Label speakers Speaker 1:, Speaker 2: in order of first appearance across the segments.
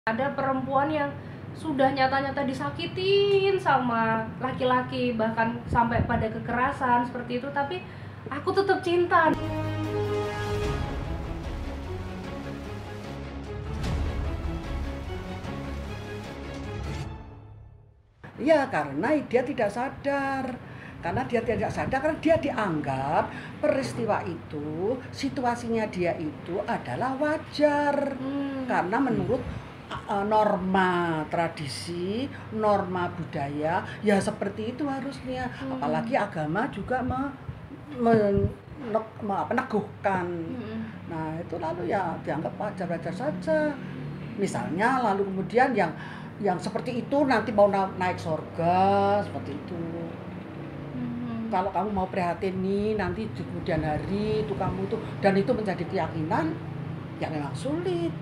Speaker 1: Ada perempuan yang sudah nyata-nyata disakitin sama laki-laki, bahkan sampai pada kekerasan seperti itu, tapi aku tetap cinta.
Speaker 2: Ya, karena dia tidak sadar. Karena dia tidak sadar, karena dia dianggap peristiwa itu, situasinya dia itu adalah wajar. Karena menurut norma tradisi, norma budaya, ya seperti itu harusnya. Apalagi agama juga meneguhkan. Nah, itu lalu ya dianggap wajar-wajar saja. Misalnya lalu kemudian yang seperti itu nanti mau naik surga, seperti itu. Kalau kamu mau prihatin nih nanti di kemudian hari itu kamu itu, dan itu menjadi keyakinan, ya memang sulit.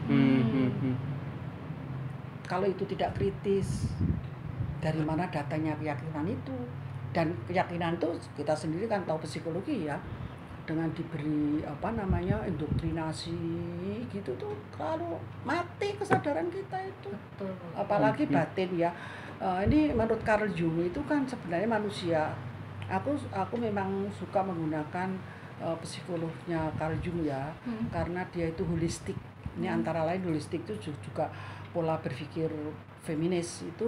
Speaker 2: Kalau itu tidak kritis, dari mana datanya keyakinan itu? Dan keyakinan itu kita sendiri kan tahu psikologi ya, dengan diberi indoktrinasi gitu tuh kalau mati kesadaran kita itu.
Speaker 1: Betul.
Speaker 2: Apalagi batin ya. Ini menurut Carl Jung itu kan sebenarnya manusia. Aku memang suka menggunakan psikolognya Carl Jung ya, karena dia itu holistik. Ini antara lain holistik itu juga pola berpikir feminis itu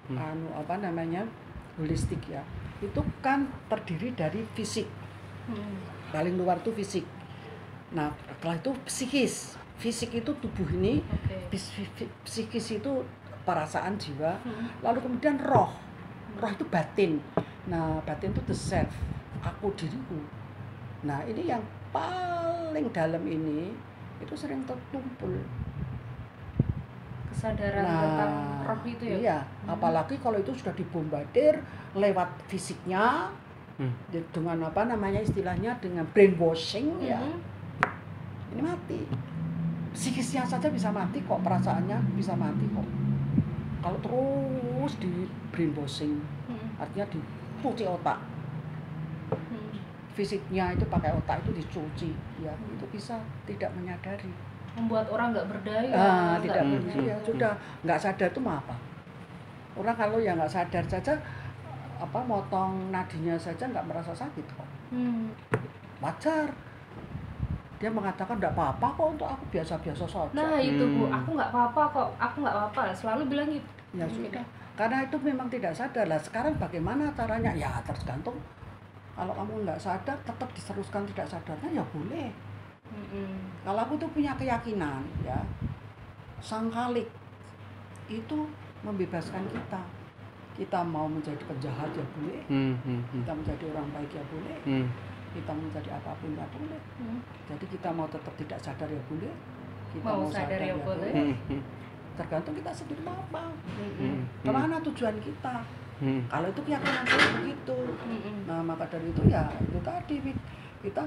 Speaker 2: holistik ya. Itu kan terdiri dari fisik. Paling luar itu fisik. Nah, setelah itu psikis. Fisik itu tubuh ini, psikis itu perasaan jiwa. Lalu kemudian roh. Roh itu batin. Nah, batin itu the self, aku diriku. Nah, ini yang paling dalam ini itu sering tertumpul.
Speaker 1: Kesadaran tentang roh itu ya.
Speaker 2: Iya, apalagi kalau itu sudah dibombardir lewat fisiknya. Dengan istilahnya dengan brainwashing ya. Ini mati. Psikisnya saja bisa mati kok, perasaannya bisa mati kok. Kalau terus di brainwashing, artinya dicuci otak. Fisiknya itu pakai otak itu dicuci, ya itu bisa tidak menyadari.
Speaker 1: Membuat orang nggak berdaya.
Speaker 2: Tidak berdaya, sudah nggak sadar itu mau apa? Orang kalau yang nggak sadar saja, motong nadinya saja nggak merasa sakit kok. Wajar. Dia mengatakan nggak apa-apa kok, untuk aku biasa-biasa saja.
Speaker 1: Nah itu Bu, aku nggak apa-apa kok, aku nggak apa-apa, selalu bilang gitu.
Speaker 2: Ya sudah, karena itu memang tidak sadar lah. Sekarang bagaimana caranya? Ya tergantung. Kalau kamu nggak sadar, tetap diteruskan tidak sadarnya ya boleh. Kalau aku tuh punya keyakinan ya, Sang Khalik itu membebaskan kita. Kita mau menjadi penjahat ya boleh, kita menjadi orang baik ya boleh, kita menjadi apapun ya boleh. Jadi kita mau tetap tidak sadar ya boleh, kita mau sadar ya boleh. Tergantung kita sendiri mau apa. Kemana tujuan kita. Kalau itu keyakinan saya begitu. Nah, maka dari itu ya itu tadi kita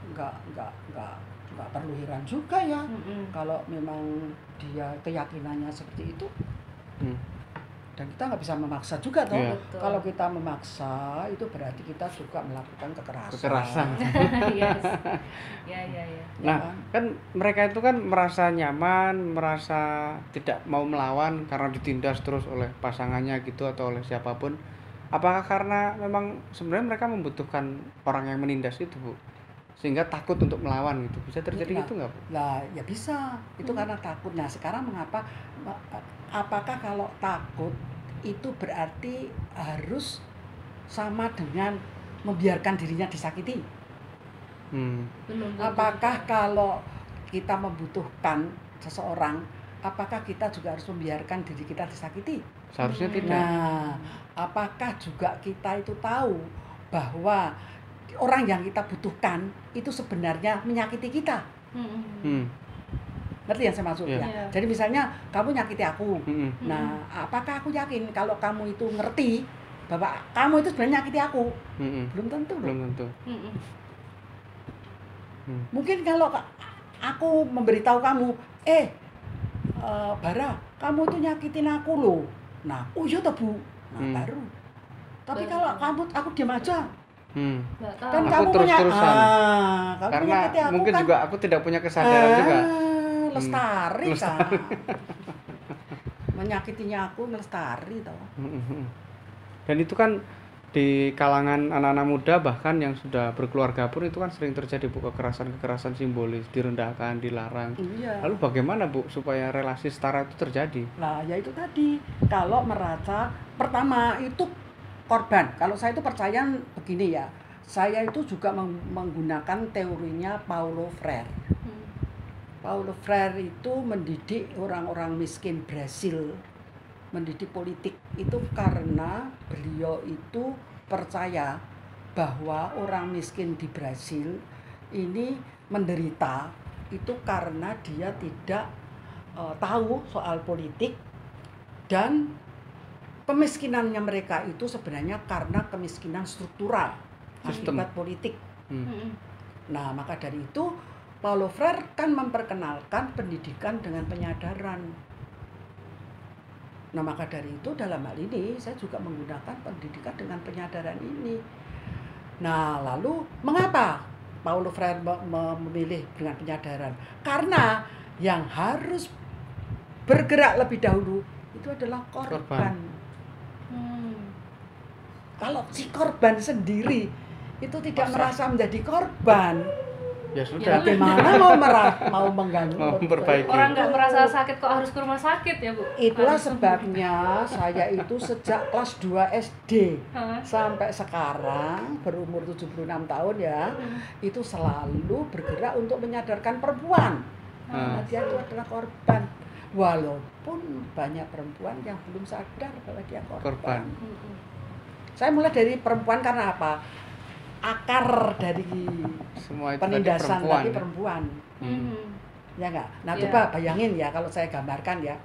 Speaker 2: nggak perlu heran juga ya. Kalau memang dia keyakinannya seperti itu. Dan kita nggak bisa memaksa juga toh.
Speaker 3: Yeah.
Speaker 2: Kalau kita memaksa itu berarti kita juga melakukan
Speaker 3: kekerasan.
Speaker 1: Yes. Ya.
Speaker 3: Nah, kan mereka itu kan merasa nyaman, merasa tidak mau melawan karena ditindas terus oleh pasangannya gitu atau oleh siapapun. Apakah karena memang sebenarnya mereka membutuhkan orang yang menindas itu, Bu? Sehingga takut untuk melawan gitu. Bisa terjadi gitu nggak, Bu?
Speaker 2: Lah, ya bisa. Itu karena takut. Nah, sekarang apakah kalau takut itu berarti harus sama dengan membiarkan dirinya disakiti? Apakah kalau kita membutuhkan seseorang, apakah kita juga harus membiarkan diri kita disakiti?
Speaker 3: Seharusnya tidak.
Speaker 2: Nah, apakah juga kita itu tahu bahwa orang yang kita butuhkan itu sebenarnya menyakiti kita? Ngerti yang saya maksud ya? Jadi misalnya kamu nyakiti aku. Nah, apakah aku yakin kalau kamu itu ngerti bahwa kamu itu sebenarnya nyakiti aku? Belum tentu. Mungkin kalau aku memberitahu kamu, Bara, kamu itu nyakitin aku loh. Nah, oh iya toh Bu. Nah, baru. Tapi kalau aku diam aja.
Speaker 3: Kan kamu terus-terusan. Karena mungkin kan, juga aku tidak punya kesadaran juga.
Speaker 2: lestari kan. Menyakitinya aku lestari toh.
Speaker 3: Dan itu kan di kalangan anak-anak muda bahkan yang sudah berkeluarga pun itu kan sering terjadi Bu, kekerasan simbolis, direndahkan, dilarang.
Speaker 2: Iya.
Speaker 3: Lalu bagaimana Bu supaya relasi setara itu terjadi?
Speaker 2: Nah, ya itu tadi. Kalau merasa pertama itu korban. Kalau saya itu percaya begini ya. Saya itu juga menggunakan teorinya Paulo Freire. Paulo Freire itu mendidik orang-orang miskin Brasil, mendidik politik itu karena beliau itu percaya bahwa orang miskin di Brasil ini menderita itu karena dia tidak tahu soal politik, dan kemiskinannya mereka itu sebenarnya karena kemiskinan struktural akibat politik. Nah, maka dari itu Paulo Freire kan memperkenalkan pendidikan dengan penyadaran. Nah, maka dari itu dalam hal ini saya juga menggunakan pendidikan dengan penyadaran ini. Nah, lalu mengapa Paulo Freire memilih dengan penyadaran? Karena yang harus bergerak lebih dahulu itu adalah korban. Kalau si korban sendiri itu tidak merasa menjadi korban,
Speaker 3: ya sudah.
Speaker 2: Bagaimana mau mengganggu?
Speaker 3: Mau memperbaiki.
Speaker 1: Orang nggak merasa sakit kok harus ke rumah sakit ya Bu?
Speaker 2: Itulah sebabnya saya itu sejak kelas 2 SD sampai sekarang berumur 76 tahun ya, itu selalu bergerak untuk menyadarkan perempuan. Nah, dia itu adalah korban. Walaupun banyak perempuan yang belum sadar bahwa dia korban. Saya mulai dari perempuan karena apa? Akar dari
Speaker 3: semua itu
Speaker 2: penindasan
Speaker 3: tadi
Speaker 2: perempuan. Ya enggak? Nah,
Speaker 1: Yeah.
Speaker 2: coba bayangin ya kalau saya gambarkan ya.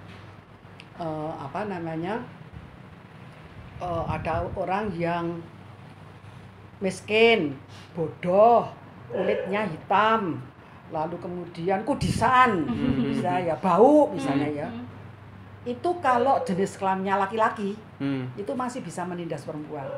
Speaker 2: Ada orang yang miskin, bodoh, kulitnya hitam, lalu kemudian kudisan, bisa ya, bau misalnya ya. Itu kalau jenis kelaminnya laki-laki, itu masih bisa menindas perempuan.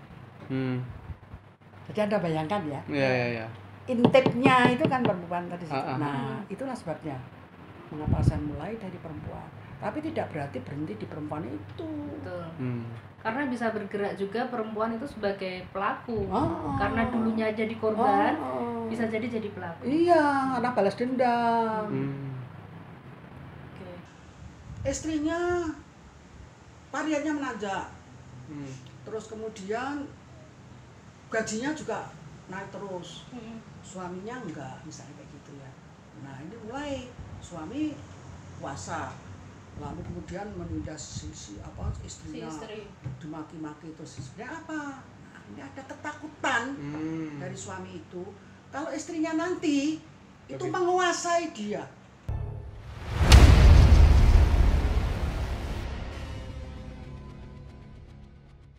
Speaker 2: Jadi Anda bayangkan ya.
Speaker 3: Iya.
Speaker 2: Intipnya itu kan perempuan tadi. Nah, itulah sebabnya mengapa saya mulai dari perempuan. Tapi tidak berarti berhenti di perempuan itu.
Speaker 1: Betul. Karena bisa bergerak juga perempuan itu sebagai pelaku. Karena dulunya jadi korban, bisa jadi pelaku.
Speaker 2: Iya, anak balas dendam.
Speaker 1: Oke.
Speaker 2: Istrinya variannya menanjak. Terus kemudian gajinya juga naik terus. Suaminya enggak, misalnya kayak gitu ya. Nah, ini mulai suami puasa, lalu kemudian menindas istrinya, dimaki-maki itu sebenarnya apa? Nah, ini ada ketakutan dari suami itu kalau istrinya nanti itu menguasai dia.